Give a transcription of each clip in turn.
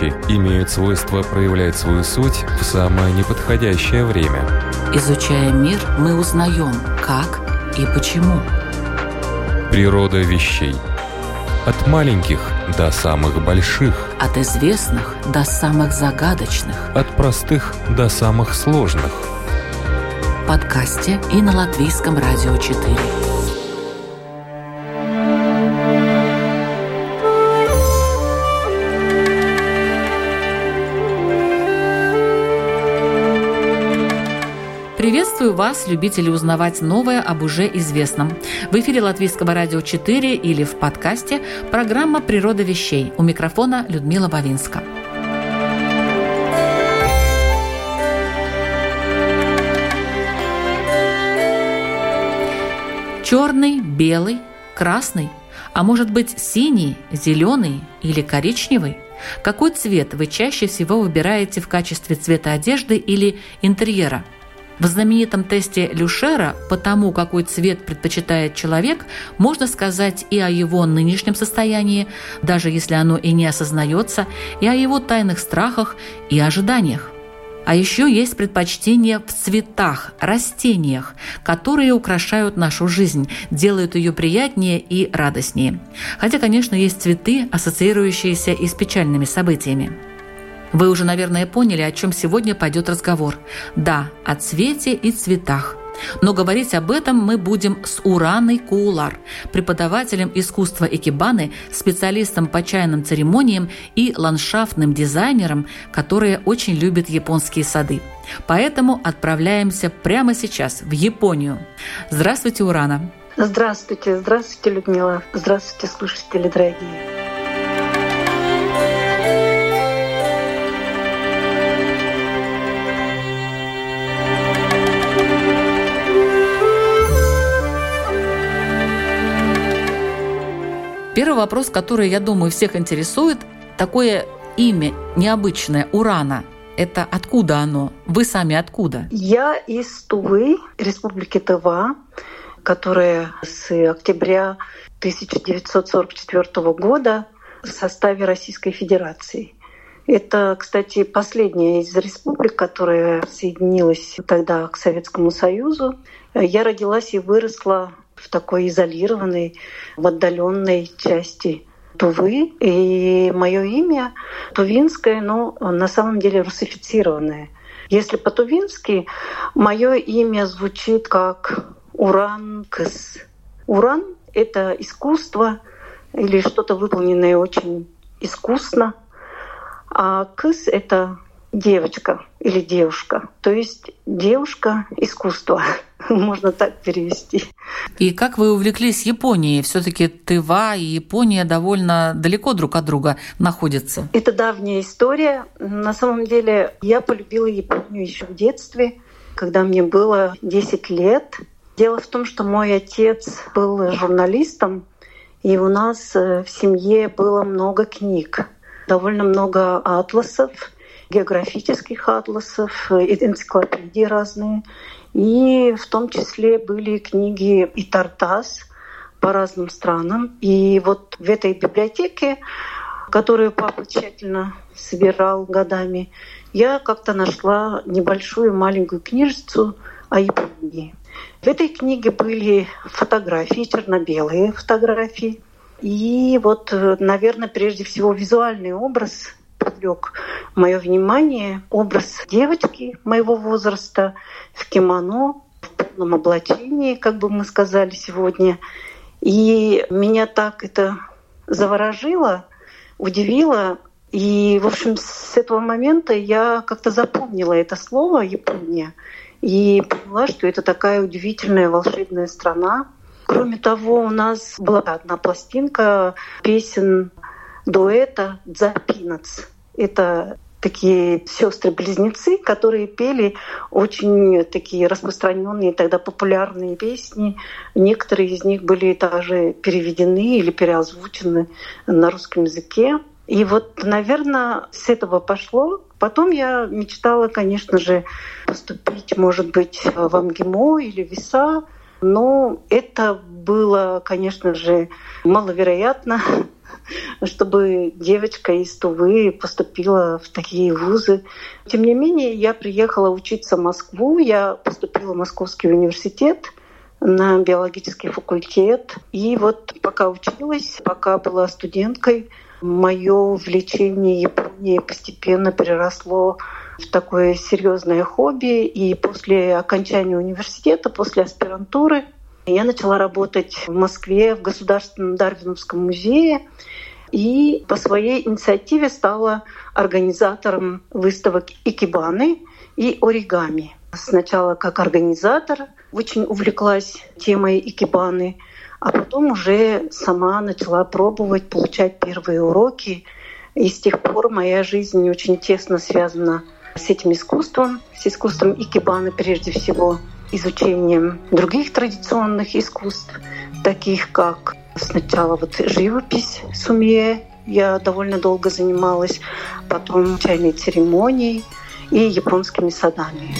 вещи имеют свойство проявлять свою суть в самое неподходящее время. Изучая мир, мы узнаем, как и почему. Природа вещей. От маленьких до самых больших. От известных до самых загадочных. От простых до самых сложных. В подкасте и на Латвийском радио 4. Приветствую вас, любители узнавать новое об уже известном. В эфире Латвийского радио 4 или в подкасте программа «Природа вещей». У микрофона Людмила Бавинска. Черный, белый, красный, а может быть синий, зеленый или коричневый? Какой цвет вы чаще всего выбираете в качестве цвета одежды или интерьера? В знаменитом тесте Люшера по тому, какой цвет предпочитает человек, можно сказать и о его нынешнем состоянии, даже если оно и не осознается, и о его тайных страхах и ожиданиях. А еще есть предпочтения в цветах, растениях, которые украшают нашу жизнь, делают ее приятнее и радостнее. Хотя, конечно, есть цветы, ассоциирующиеся и с печальными событиями. Вы уже, наверное, поняли, о чем сегодня пойдет разговор. Да, о цвете и цветах. Но говорить об этом мы будем с Ураной Куулар, преподавателем искусства икебаны, специалистом по чайным церемониям и ландшафтным дизайнером, которая очень любит японские сады. Поэтому отправляемся прямо сейчас в Японию. Здравствуйте, Урана. Здравствуйте, здравствуйте, Людмила. Здравствуйте, слушатели дорогие. Первый вопрос, который, я думаю, всех интересует, такое имя необычное – Урана. Это откуда оно? Вы сами откуда? Я из Тувы, Республики Тыва, которая с октября 1944 года в составе Российской Федерации. Это, кстати, последняя из республик, которая соединилась тогда к Советскому Союзу. Я родилась и выросла в такой изолированной, в отдаленной части Тувы. И мое имя тувинское, но на самом деле русифицированное. Если по-тувински, мое имя звучит как Уран-кыс. Уран — это искусство или что-то выполненное очень искусно, а кыс — это девочка или девушка, то есть девушка искусства, можно так перевести. И как вы увлеклись Японией? Все-таки Тыва и Япония довольно далеко друг от друга находятся. Это давняя история. На самом деле я полюбила Японию еще в детстве, когда мне было 10 лет. Дело в том, что мой отец был журналистом, и у нас в семье было много книг, довольно много атласов, географических атласов, энциклопедии разные. И в том числе были книги и Тартас по разным странам. И вот в этой библиотеке, которую папа тщательно собирал годами, я как-то нашла небольшую маленькую книжицу о Японии. В этой книге были фотографии, черно-белые фотографии. И вот, наверное, прежде всего визуальный образ привлек мое внимание. Образ девочки моего возраста в кимоно, в полном облачении, как бы мы сказали сегодня. И меня так это заворожило, удивило. И, в общем, с этого момента я как-то запомнила это слово «Япония» и поняла, что это такая удивительная, волшебная страна. Кроме того, у нас была одна пластинка песен дуэта «Дзапинац». Это такие сестры-близнецы, которые пели очень такие распространенные тогда популярные песни. Некоторые из них были также переведены или переозвучены на русском языке. И вот, наверное, с этого пошло. Потом я мечтала, конечно же, поступить, может быть, в МГИМО или в ВИСА. Но это было, конечно же, маловероятно, чтобы девочка из Тувы поступила в такие вузы. Тем не менее, я приехала учиться в Москву. Я поступила в Московский университет на биологический факультет. И вот пока училась, пока была студенткой, мое увлечение Японией постепенно переросло в такое серьезное хобби. И после окончания университета, после аспирантуры, я начала работать в Москве в Государственном Дарвиновском музее и по своей инициативе стала организатором выставок икебаны и оригами. Сначала как организатор очень увлеклась темой икебаны, а потом уже сама начала пробовать, получать первые уроки. И с тех пор моя жизнь очень тесно связана с этим искусством, с искусством икебаны прежде всего, изучением других традиционных искусств, таких как сначала живопись сумие, я довольно долго занималась, потом чайной церемонией и японскими садами.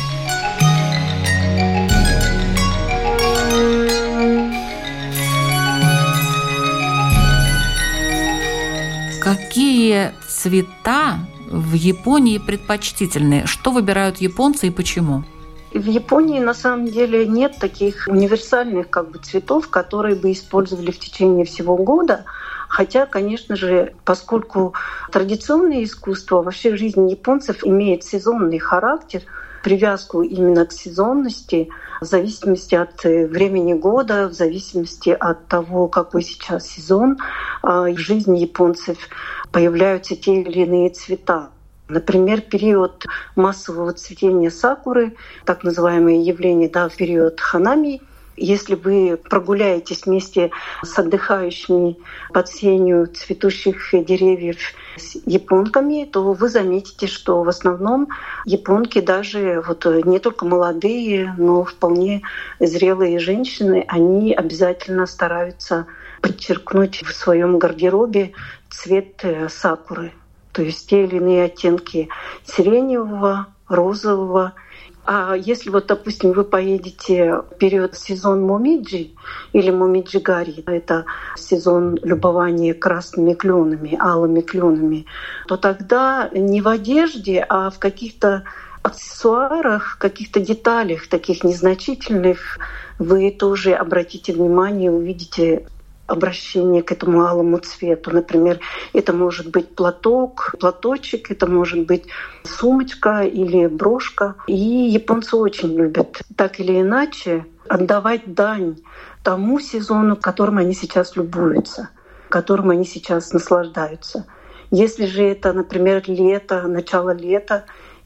Какие цвета в Японии предпочтительны? Что выбирают японцы и почему? В Японии на самом деле нет таких универсальных цветов, которые бы использовали в течение всего года. Хотя, конечно же, поскольку традиционное искусство, вообще жизнь японцев имеет сезонный характер, привязку именно к сезонности, в зависимости от времени года, в зависимости от того, какой сейчас сезон, в жизни японцев появляются те или иные цвета. Например, период массового цветения сакуры, так называемое явление, период ханами. Если вы прогуляетесь вместе с отдыхающими под сенью цветущих деревьев с японками, то вы заметите, что в основном японки, даже не только молодые, но вполне зрелые женщины, они обязательно стараются подчеркнуть в своем гардеробе цвет сакуры. То есть те или иные оттенки сиреневого, розового. А если допустим, вы поедете в период сезон момиджи или момиджигари, это сезон любования красными кленами, алыми кленами, то тогда не в одежде, а в каких-то аксессуарах, каких-то деталях таких незначительных вы тоже обратите внимание, увидите обращение к этому алому цвету. Например, это может быть платочек, это может быть сумочка или брошка. И японцы очень любят так или иначе отдавать дань тому сезону, которым они сейчас любуются, которым они сейчас наслаждаются. Если же это, например, лето, начало лета,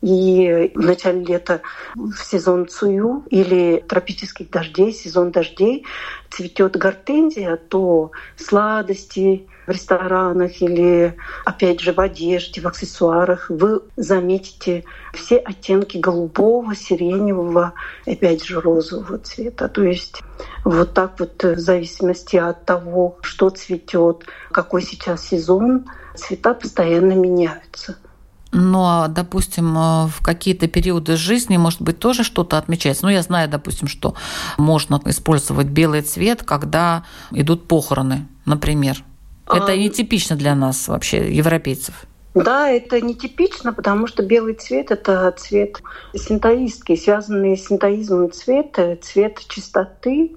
и в начале лета в сезон цую или тропических дождей, сезон дождей, цветет гортензия, то сладости в ресторанах или, опять же, в одежде, в аксессуарах вы заметите все оттенки голубого, сиреневого, опять же, розового цвета. То есть так в зависимости от того, что цветет, какой сейчас сезон, цвета постоянно меняются. Но, допустим, в какие-то периоды жизни, может быть, тоже что-то отмечается. Я знаю, допустим, что можно использовать белый цвет, когда идут похороны, например. Это нетипично для нас вообще, европейцев. Да, это нетипично, потому что белый цвет — это цвет синтоистский, связанный с синтоизмом цвет чистоты.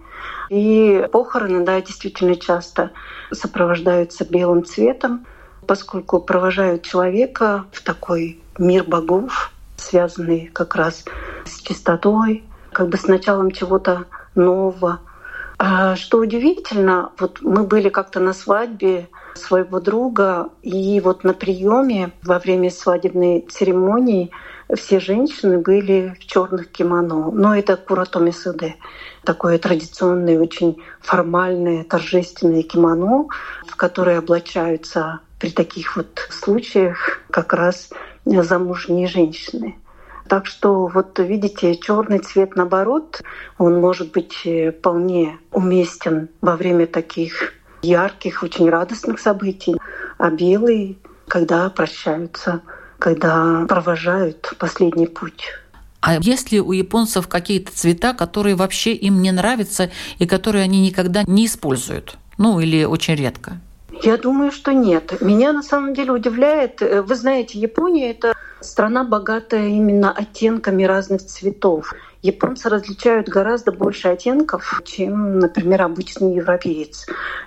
И похороны, действительно часто сопровождаются белым цветом, поскольку провожают человека в такой мир богов, связанный как раз с чистотой, с началом чего-то нового. А что удивительно, мы были как-то на свадьбе своего друга, и на приеме во время свадебной церемонии все женщины были в черных кимоно. Но это куратоми-суде, такое традиционное, очень формальное, торжественное кимоно, в которое облачаются при таких случаях как раз замужние женщины. Так что видите, черный цвет, наоборот, он может быть вполне уместен во время таких ярких, очень радостных событий, а белый, когда прощаются, когда провожают последний путь. А есть ли у японцев какие-то цвета, которые вообще им не нравятся и которые они никогда не используют? Или очень редко? Я думаю, что нет. Меня на самом деле удивляет, вы знаете, Япония — это страна, богатая именно оттенками разных цветов. Японцы различают гораздо больше оттенков, чем, например, обычный европеец.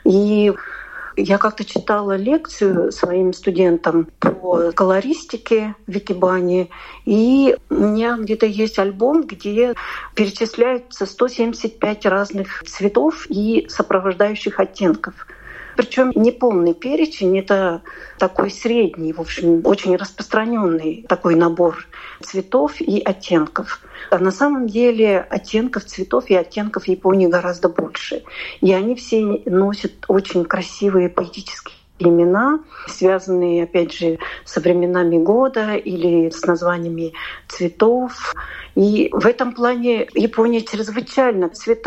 И я как-то читала лекцию своим студентам по колористике в Икебане, и у меня где-то есть альбом, где перечисляются 175 разных цветов и сопровождающих оттенков. Причем не полный перечень, это такой средний, в общем, очень распространенный такой набор цветов и оттенков. А на самом деле оттенков цветов и оттенков в Японии гораздо больше. И они все носят очень красивые поэтические имена, связанные, опять же, со временами года или с названиями цветов. И в этом плане Япония чрезвычайно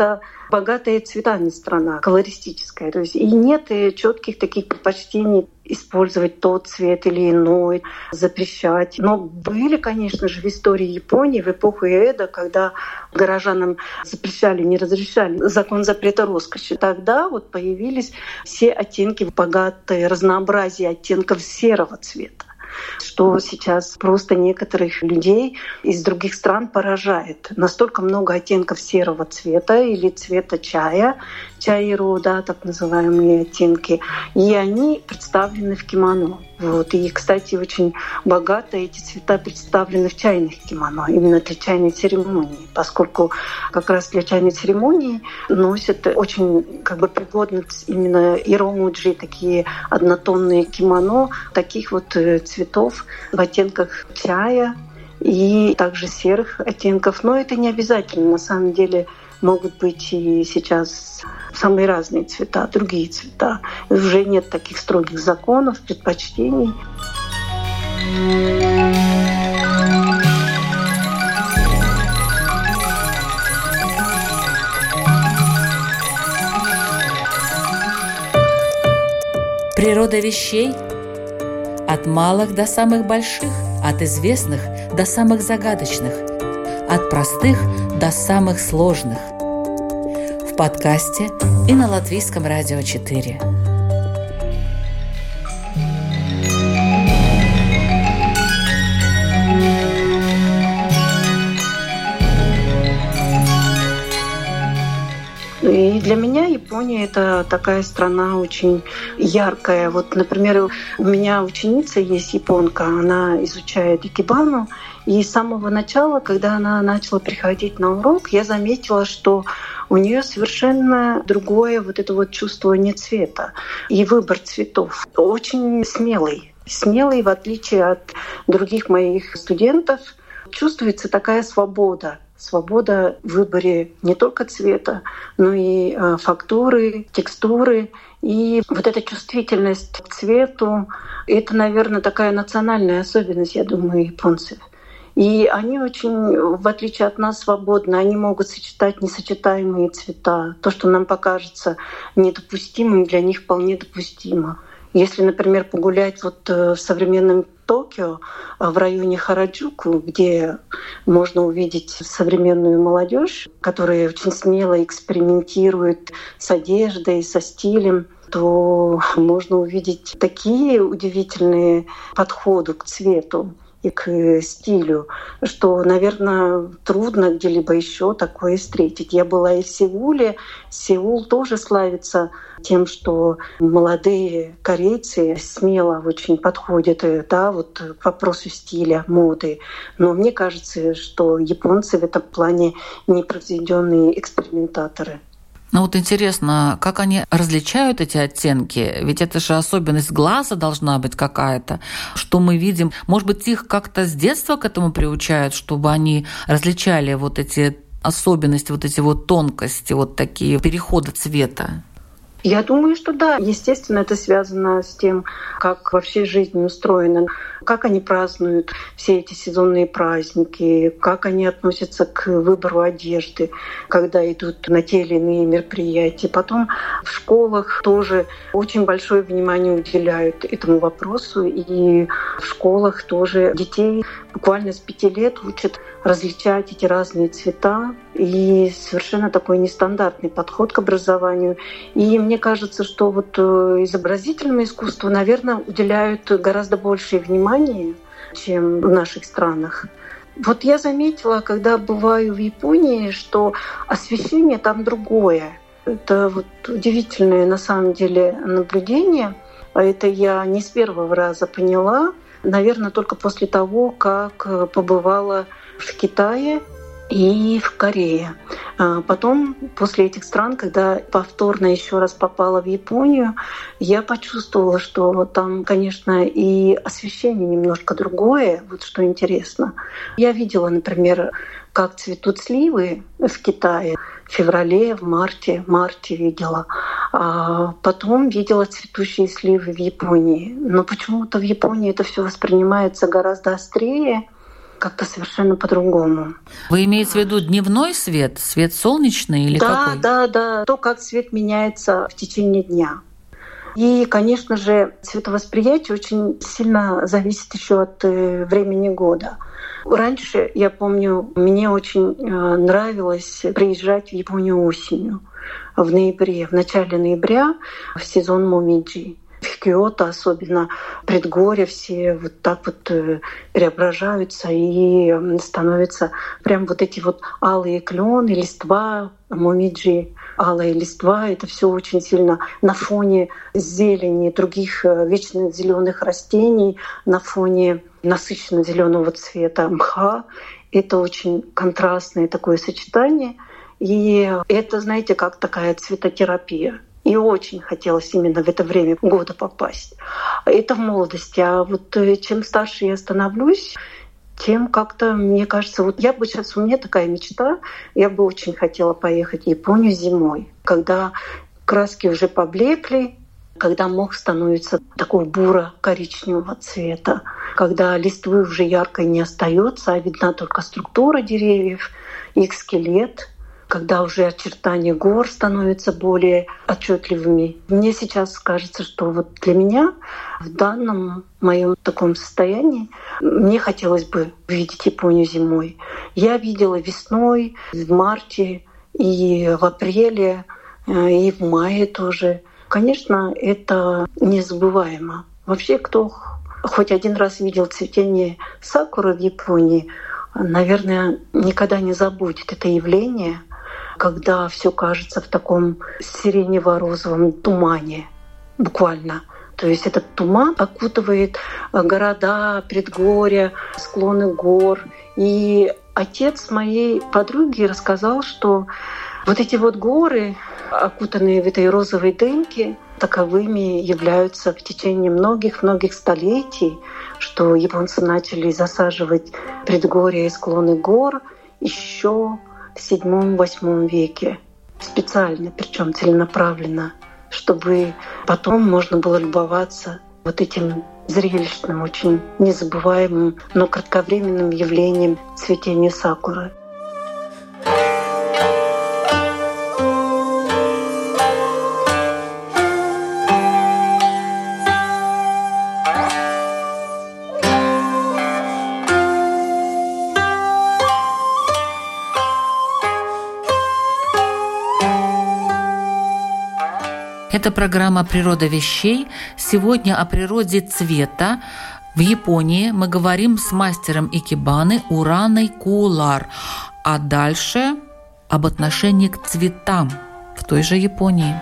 богатая цветами страна, колористическая. То есть и нет четких таких предпочтений использовать тот цвет или иной, запрещать. Но были, конечно же, в истории Японии, в эпоху Эдо, когда горожанам запрещали, не разрешали закон запрета роскоши. Тогда появились все оттенки, богатое разнообразие оттенков серого цвета, что сейчас просто некоторых людей из других стран поражает. Настолько много оттенков серого цвета или цвета чая, чайро, так называемые оттенки, и они представлены в кимоно. И, кстати, очень богато эти цвета представлены в чайных кимоно, именно для чайной церемонии, поскольку как раз для чайной церемонии носят очень пригодны именно иромуджи, такие однотонные кимоно, таких цветов в оттенках чая и также серых оттенков. Но это не обязательно, на самом деле. Могут быть и сейчас самые разные цвета, другие цвета. Уже нет таких строгих законов, предпочтений. Природа вещей от малых до самых больших, от известных до самых загадочных, от простых до самых сложных. В подкасте и на Латвийском радио 4. И для меня Япония — это такая страна очень яркая. Например, у меня ученица есть японка, она изучает икебану, и с самого начала, когда она начала приходить на урок, я заметила, что у нее совершенно другое это чувствование цвета и выбор цветов. Очень смелый, в отличие от других моих студентов. Чувствуется такая свобода в выборе не только цвета, но и фактуры, текстуры. И эта чувствительность к цвету — это, наверное, такая национальная особенность, я думаю, японцев. И они очень, в отличие от нас, свободны. Они могут сочетать несочетаемые цвета. То, что нам покажется недопустимым, для них вполне допустимо. Если, например, погулять в современном Токио, в районе Хараджуку, где можно увидеть современную молодежь, которая очень смело экспериментирует с одеждой, со стилем, то можно увидеть такие удивительные подходы к цвету и к стилю, что, наверное, трудно где-либо еще такое встретить. Я была и в Сеуле. Сеул тоже славится тем, что молодые корейцы смело очень подходят к вопросу стиля, моды. Но мне кажется, что японцы в этом плане непревзойденные экспериментаторы. Интересно, как они различают эти оттенки? Ведь это же особенность глаза должна быть какая-то, что мы видим. Может быть, их как-то с детства к этому приучают, чтобы они различали эти особенности, эти тонкости, такие переходы цвета? Я думаю, что да. Естественно, это связано с тем, как вообще жизнь устроена, как они празднуют все эти сезонные праздники, как они относятся к выбору одежды, когда идут на те или иные мероприятия. Потом в школах тоже очень большое внимание уделяют этому вопросу. И в школах тоже детей буквально с 5 лет учат различать эти разные цвета. И совершенно такой нестандартный подход к образованию. И мне кажется, что вот изобразительному искусству, наверное, уделяют гораздо большее внимание, чем в наших странах. Вот я заметила, когда бываю в Японии, что освещение там другое. Это вот удивительное на самом деле наблюдение. Это я не с первого раза поняла. Наверное, только после того, как побывала в Китае и в Корее. Потом, после этих стран, когда повторно еще раз попала в Японию, я почувствовала, что там, конечно, и освещение немножко другое, вот что интересно. Я видела, например, как цветут сливы в Китае в феврале, в марте видела. А потом видела цветущие сливы в Японии. Но почему-то в Японии это все воспринимается гораздо острее, как-то совершенно по-другому. Вы имеете в виду дневной свет, свет солнечный или какой? Да. То, как свет меняется в течение дня. И, конечно же, цветовосприятие очень сильно зависит еще от времени года. Раньше, я помню, мне очень нравилось приезжать в Японию осенью, в ноябре, в начале ноября, в сезон момиджи. В Киото особенно предгорья все вот так вот преображаются и становятся прям вот эти вот алые клены, листва, момиджи, алая листва. Это все очень сильно на фоне зелени других вечно зеленых растений, на фоне насыщенно зеленого цвета мха. Это очень контрастное такое сочетание. И это, знаете, как такая цветотерапия. И очень хотелось именно в это время года попасть. Это в молодости. А вот чем старше я становлюсь, тем как-то, мне кажется, вот я бы сейчас, у меня такая мечта, я бы очень хотела поехать в Японию зимой, когда краски уже поблекли, когда мох становится такого буро-коричневого цвета, когда листвы уже яркой не остается, а видна только структура деревьев, их скелет, когда уже очертания гор становятся более отчетливыми. Мне сейчас кажется, что вот для меня в данном моем таком состоянии мне хотелось бы увидеть Японию зимой. Я видела весной, в марте и в апреле, и в мае тоже. Конечно, это незабываемо. Вообще, кто хоть один раз видел цветение сакуры в Японии, наверное, никогда не забудет это явление, когда все кажется в таком сиренево-розовом тумане, буквально. То есть этот туман окутывает города, предгорья, склоны гор. И отец моей подруги рассказал, что вот эти вот горы, окутанные в этой розовой дымке, таковыми являются в течение многих-многих столетий, что японцы начали засаживать предгорья и склоны гор еще в VII-VIII веке. Специально, причем целенаправленно, чтобы потом можно было любоваться вот этим зрелищным, очень незабываемым, но кратковременным явлением цветения сакуры. Это программа «Природа вещей». Сегодня о природе цвета. В Японии мы говорим с мастером икебаны Ураной Куулар. А дальше об отношении к цветам в той же Японии.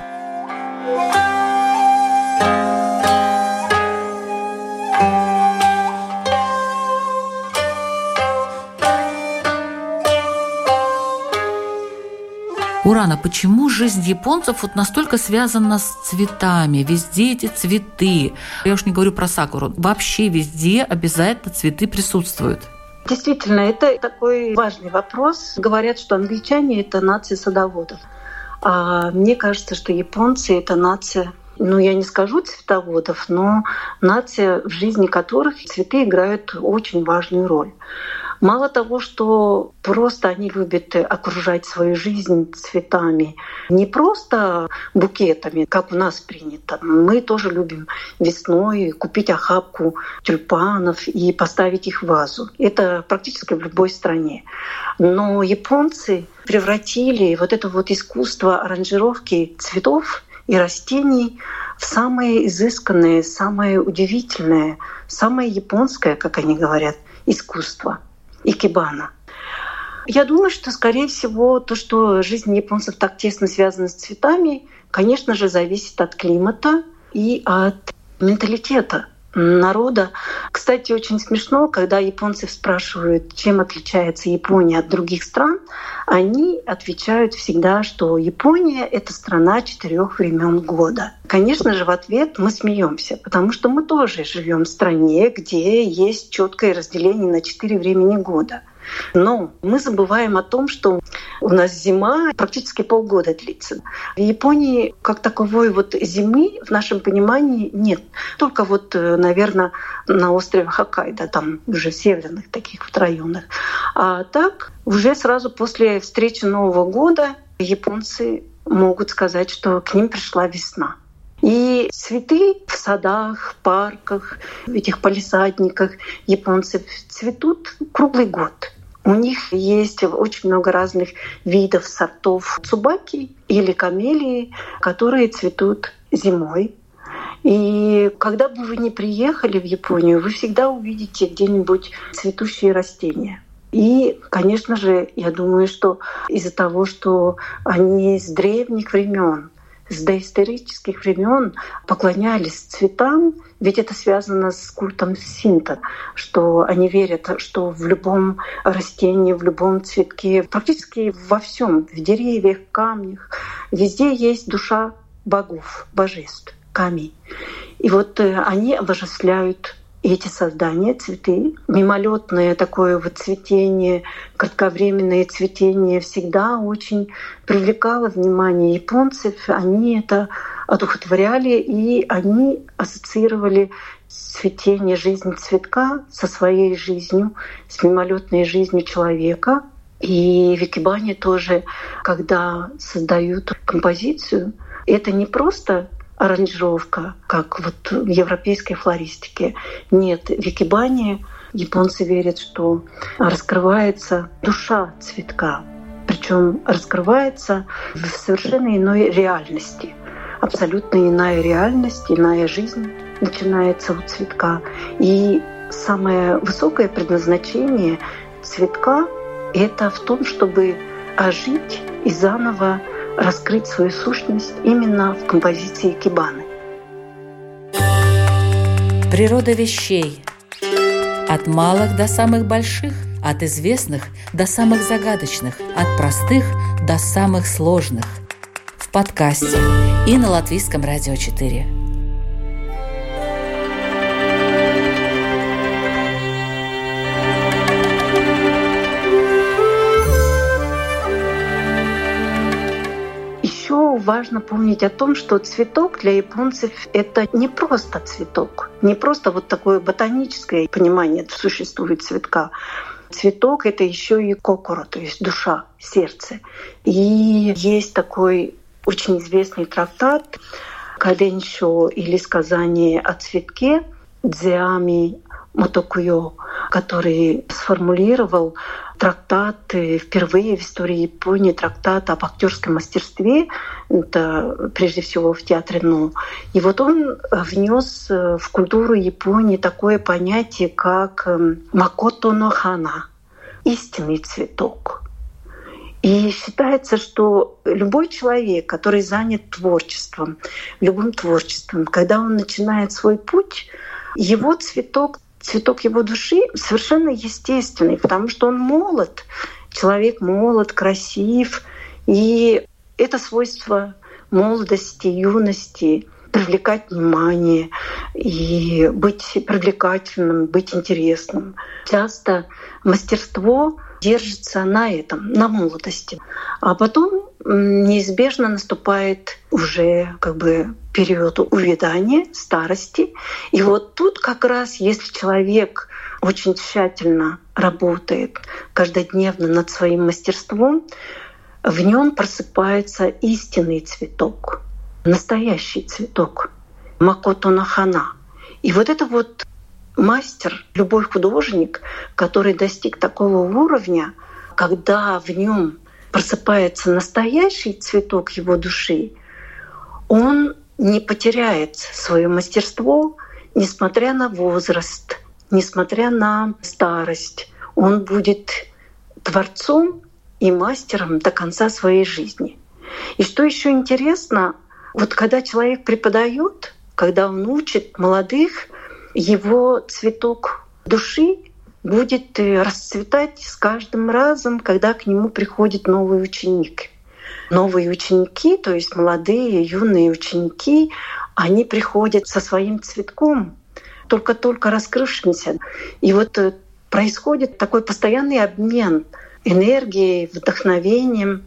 Урана, почему жизнь японцев вот настолько связана с цветами? Везде эти цветы. Я уж не говорю про сакуру. Вообще везде обязательно цветы присутствуют. Действительно, это такой важный вопрос. Говорят, что англичане — это нация садоводов. А мне кажется, что японцы — это нация, я не скажу цветоводов, но нация, в жизни которых цветы играют очень важную роль. Мало того, что просто они любят окружать свою жизнь цветами, не просто букетами, как у нас принято. Мы тоже любим весной купить охапку тюльпанов и поставить их в вазу. Это практически в любой стране. Но японцы превратили вот это вот искусство аранжировки цветов и растений в самое изысканное, самое удивительное, самое японское, как они говорят, искусство — икебана. Я думаю, что, скорее всего, то, что жизнь японцев так тесно связана с цветами, конечно же, зависит от климата и от менталитета народа. Кстати, очень смешно, когда японцев спрашивают, чем отличается Япония от других стран, они отвечают всегда, что Япония — это страна 4 времен года. Конечно же, в ответ мы смеемся, потому что мы тоже живем в стране, где есть четкое разделение на 4 времени года. Но мы забываем о том, что у нас зима практически полгода длится. В Японии как таковой вот зимы в нашем понимании нет. Только наверное, на острове Хоккайдо, там уже в северных таких вот районах. А так уже сразу после встречи Нового года японцы могут сказать, что к ним пришла весна. И цветы в садах, парках, в этих палисадниках японцев цветут круглый год. У них есть очень много разных видов сортов цубаки или камелии, которые цветут зимой. И когда бы вы ни приехали в Японию, вы всегда увидите где-нибудь цветущие растения. И, конечно же, я думаю, что из-за того, что они с древних времен, с доисторических времен поклонялись цветам, ведь это связано с культом синто, что они верят, что в любом растении, в любом цветке, практически во всем, в деревьях, камнях, везде есть душа богов, божеств, камей. И они обожествляют эти создания, цветы. Мимолетное такое цветение, кратковременное цветение всегда очень привлекало внимание японцев. Они это одухотворяли, и они ассоциировали цветение жизни цветка со своей жизнью, с мимолетной жизнью человека. И в икебане тоже, когда создают композицию, это не просто аранжировка, как в европейской флористике. Нет, в икебане японцы верят, что раскрывается душа цветка. Причем раскрывается в совершенно иной реальности. Абсолютно иная реальность, иная жизнь начинается у цветка. И самое высокое предназначение цветка — это в том, чтобы ожить и заново раскрыть свою сущность именно в композиции икебаны. Природа вещей. От малых до самых больших, от известных до самых загадочных, от простых до самых сложных. В подкасте и на Латвийском радио 4. Важно помнить о том, что цветок для японцев — это не просто цветок, не просто такое ботаническое понимание существует цветка. Цветок — это еще и кокоро, то есть душа, сердце. И есть такой очень известный трактат «Каденшо» или «Сказание о цветке» Дзеами Мотокуё, который сформулировал трактат впервые в истории Японии, трактат об актерском мастерстве, это прежде всего в театре Но. И он внес в культуру Японии такое понятие, как макото но хана, истинный цветок. И считается, что любой человек, который занят творчеством, любым творчеством, когда он начинает свой путь, его цветок его души совершенно естественный, потому что он молод, человек молод, красив. И это свойство молодости, юности — привлекать внимание и быть привлекательным, быть интересным. Часто мастерство держится на этом, на молодости. А потом неизбежно наступает уже период увядания, старости. И вот тут как раз, если человек очень тщательно работает каждодневно над своим мастерством, в нем просыпается истинный цветок, настоящий цветок, Макото но Хана. И вот это вот мастер, любой художник, который достиг такого уровня, когда в нем просыпается настоящий цветок его души, он не потеряет свое мастерство, несмотря на возраст, несмотря на старость. Он будет творцом и мастером до конца своей жизни. И что еще интересно, вот когда человек преподает, когда он учит молодых, его цветок души будет расцветать с каждым разом, когда к нему приходит новый ученик. Новые ученики, то есть молодые, юные ученики, они приходят со своим цветком, только-только раскрывшимся. И вот происходит такой постоянный обмен энергией, вдохновением.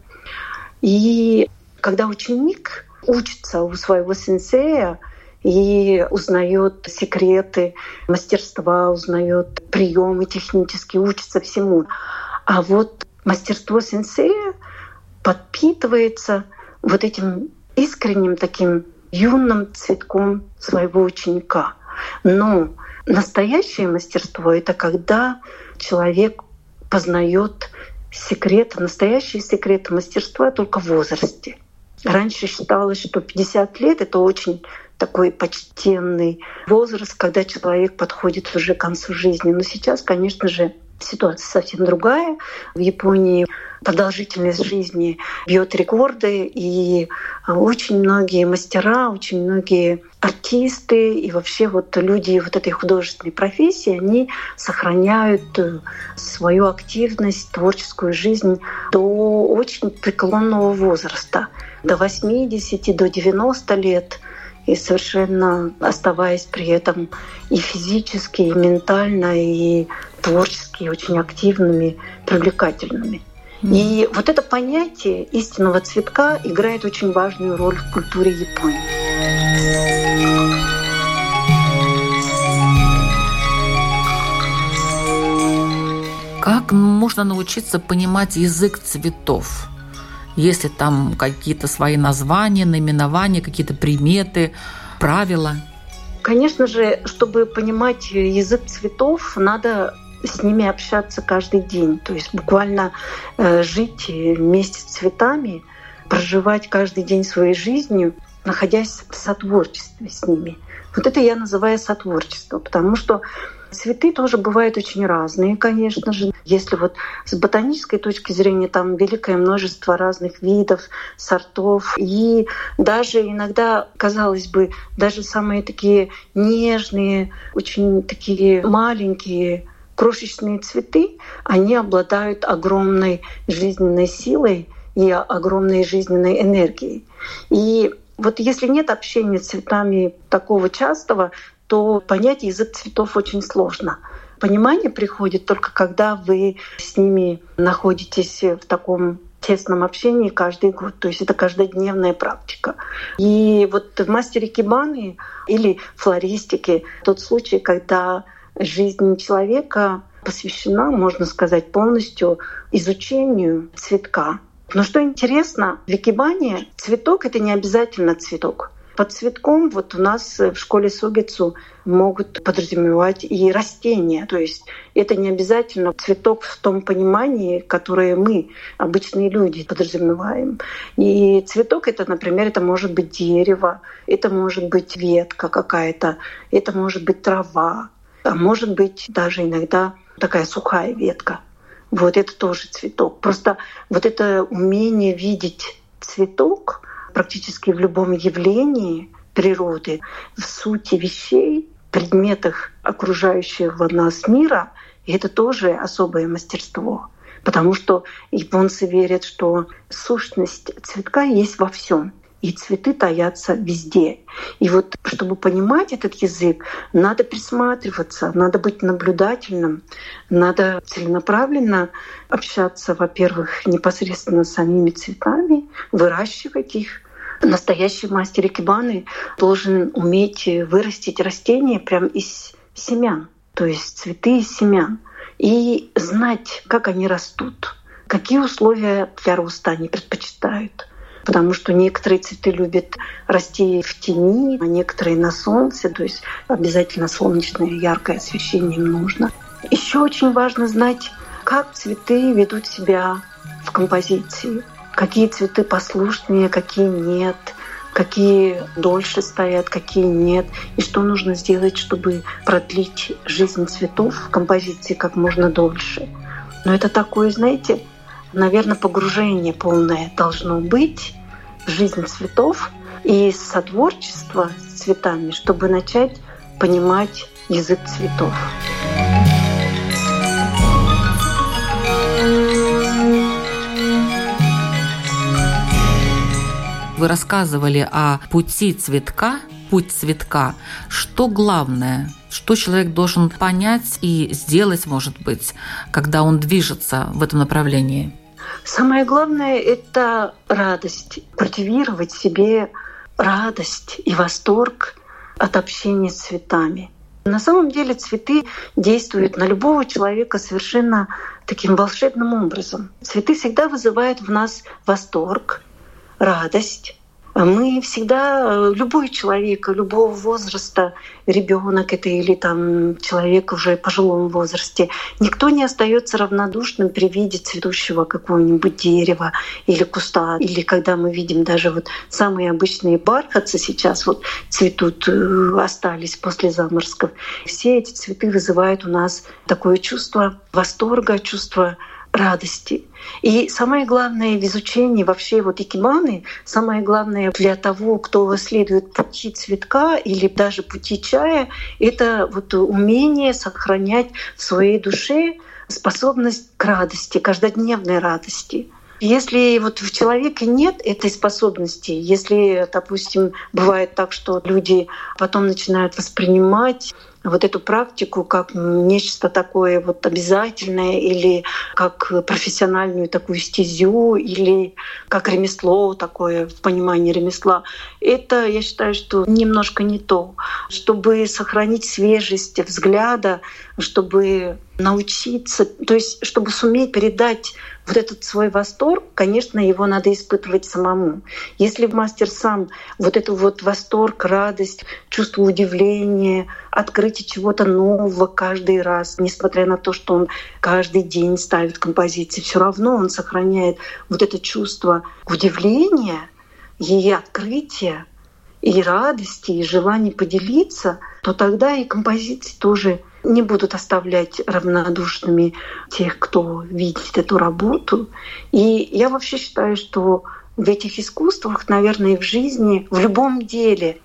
И когда ученик учится у своего сенсея, и узнает секреты мастерства, узнает приемы технические, учится всему. А вот мастерство сенсея подпитывается вот этим искренним таким юным цветком своего ученика. Но настоящее мастерство — это когда человек познает секреты, настоящие секреты мастерства только в возрасте. Раньше считалось, что 50 лет — это очень такой почтенный возраст, когда человек подходит уже к концу жизни. Но сейчас, конечно же, ситуация совсем другая. В Японии продолжительность жизни бьет рекорды, и очень многие мастера, очень многие артисты и вообще вот люди вот этой художественной профессии, они сохраняют свою активность, творческую жизнь до очень преклонного возраста, до 80, до 90 лет. И совершенно оставаясь при этом и физически, и ментально, и творчески очень активными, привлекательными. И вот это понятие истинного цветка играет очень важную роль в культуре Японии. Как можно научиться понимать язык цветов? Есть ли там какие-то свои названия, наименования, какие-то приметы, правила? Конечно же, чтобы понимать язык цветов, надо с ними общаться каждый день. То есть буквально жить вместе с цветами, проживать каждый день своей жизнью, находясь в сотворчестве с ними. Вот это я называю сотворчество, потому что цветы тоже бывают очень разные, конечно же. Если вот с ботанической точки зрения, там великое множество разных видов, сортов. И даже иногда, казалось бы, даже самые такие нежные, очень такие маленькие, крошечные цветы, они обладают огромной жизненной силой и огромной жизненной энергией. И вот если нет общения с цветами такого частого, то понять язык цветов очень сложно. Понимание приходит только когда вы с ними находитесь в таком тесном общении каждый год. То есть это каждодневная практика. И вот в мастере икебаны или флористике тот случай, когда жизнь человека посвящена, можно сказать, полностью изучению цветка. Но что интересно, в икебане цветок — это не обязательно цветок. Под цветком вот у нас в школе Согицу могут подразумевать и растения. То есть это не обязательно цветок в том понимании, которое мы, обычные люди, подразумеваем. И цветок — это, например, это может быть дерево, это может быть ветка какая-то, это может быть трава, а может быть даже иногда такая сухая ветка. Вот это тоже цветок. Просто вот это умение видеть цветок практически в любом явлении природы, в сути вещей, предметах окружающего нас мира, и это тоже особое мастерство. Потому что японцы верят, что сущность цветка есть во всем. и цветы таятся везде. И вот, чтобы понимать этот язык, надо присматриваться, надо быть наблюдательным, надо целенаправленно общаться, во-первых, непосредственно с самими цветами, выращивать их. Настоящий мастер икебаны должен уметь вырастить растения прямо из семян, то есть цветы из семян, и знать, как они растут, какие условия для роста они предпочитают. Потому что некоторые цветы любят расти в тени, а некоторые на солнце, то есть обязательно солнечное яркое освещение им нужно. Еще очень важно знать, как цветы ведут себя в композиции, какие цветы послушнее, какие нет, какие дольше стоят, какие нет, и что нужно сделать, чтобы продлить жизнь цветов в композиции как можно дольше. Но это такое, знаете, наверное, погружение полное должно быть в жизнь цветов и сотворчество с цветами, чтобы начать понимать язык цветов. Вы рассказывали о пути цветка, путь цветка. Что главное, что человек должен понять и сделать, может быть, когда он движется в этом направлении? Самое главное — это радость, культивировать в себе радость и восторг от общения с цветами. На самом деле цветы действуют на любого человека совершенно таким волшебным образом. Цветы всегда вызывают в нас восторг, радость. Мы всегда, любой человек, любого возраста, ребенок это или там человек уже в пожилом возрасте, никто не остается равнодушным при виде цветущего какого-нибудь дерева или куста. Или когда мы видим даже вот самые обычные бархатцы сейчас вот цветут, остались после заморозков. Все эти цветы вызывают у нас такое чувство восторга, чувство радости. И самое главное в изучении вообще вот икебаны, самое главное для того, кто следует пути цветка или даже пути чая, это вот умение сохранять в своей душе способность к радости, каждодневной радости. Если вот в человеке нет этой способности, если, допустим, бывает так, что люди потом начинают воспринимать вот эту практику как нечто такое вот обязательное или как профессиональную такую стезю или как ремесло такое в понимании ремесла. Это, я считаю, что немножко не то. Чтобы сохранить свежесть взгляда, чтобы научиться, то есть чтобы суметь передать вот этот свой восторг, конечно, его надо испытывать самому. Если мастер сам вот эту вот восторг, радость, чувство удивления, открытие чего-то нового каждый раз, несмотря на то, что он каждый день ставит композиции, все равно он сохраняет вот это чувство удивления и открытия, и радости, и желания поделиться, то тогда и композиции тоже не будут оставлять равнодушными тех, кто видит эту работу. И я вообще считаю, что в этих искусствах, наверное, и в жизни, в любом деле,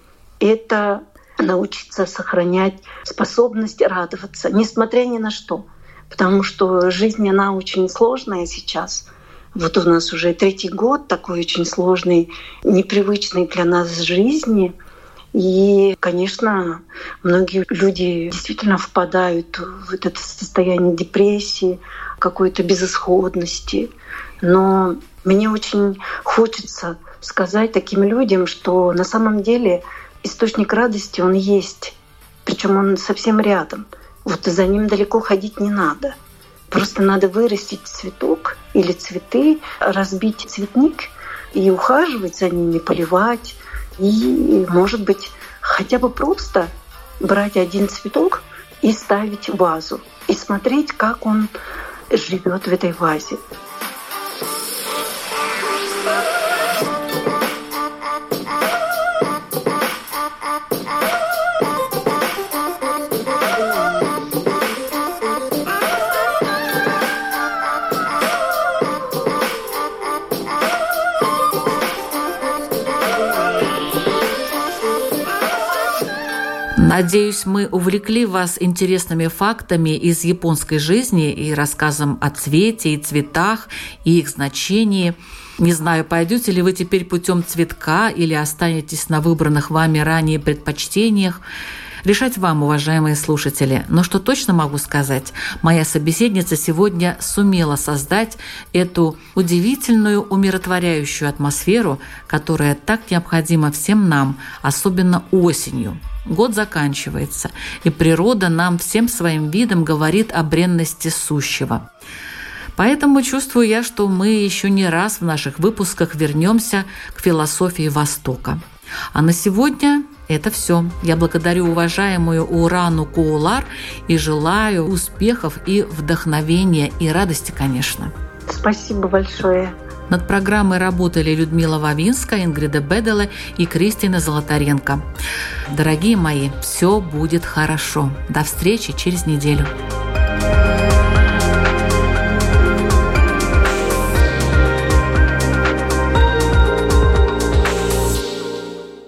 это научиться сохранять способность радоваться, несмотря ни на что. Потому что жизнь, она очень сложная сейчас. Вот у нас уже 3-й год такой очень сложный, непривычный для нас жизни. И, конечно, многие люди действительно впадают в это состояние депрессии, какой-то безысходности. Но мне очень хочется сказать таким людям, что на самом деле источник радости, он есть. Причем он совсем рядом. Вот за ним далеко ходить не надо. Просто надо вырастить цветок или цветы, разбить цветник и ухаживать за ними, поливать. И, может быть, хотя бы просто брать один цветок и ставить в вазу, и смотреть, как он живет в этой вазе. Надеюсь, мы увлекли вас интересными фактами из японской жизни и рассказом о цвете и цветах, и их значении. Не знаю, пойдете ли вы теперь путем цветка или останетесь на выбранных вами ранее предпочтениях. Решать вам, уважаемые слушатели. Но что точно могу сказать, моя собеседница сегодня сумела создать эту удивительную, умиротворяющую атмосферу, которая так необходима всем нам, особенно осенью. Год заканчивается, и природа нам всем своим видом говорит о бренности сущего. Поэтому чувствую я, что мы еще не раз в наших выпусках вернемся к философии Востока. А на сегодня это все. Я благодарю уважаемую Урану Куулар и желаю успехов и вдохновения, и радости, конечно. Спасибо большое. Над программой работали Людмила Вавинская, Ингрида Беделе и Кристина Золотаренко. Дорогие мои, все будет хорошо. До встречи через неделю.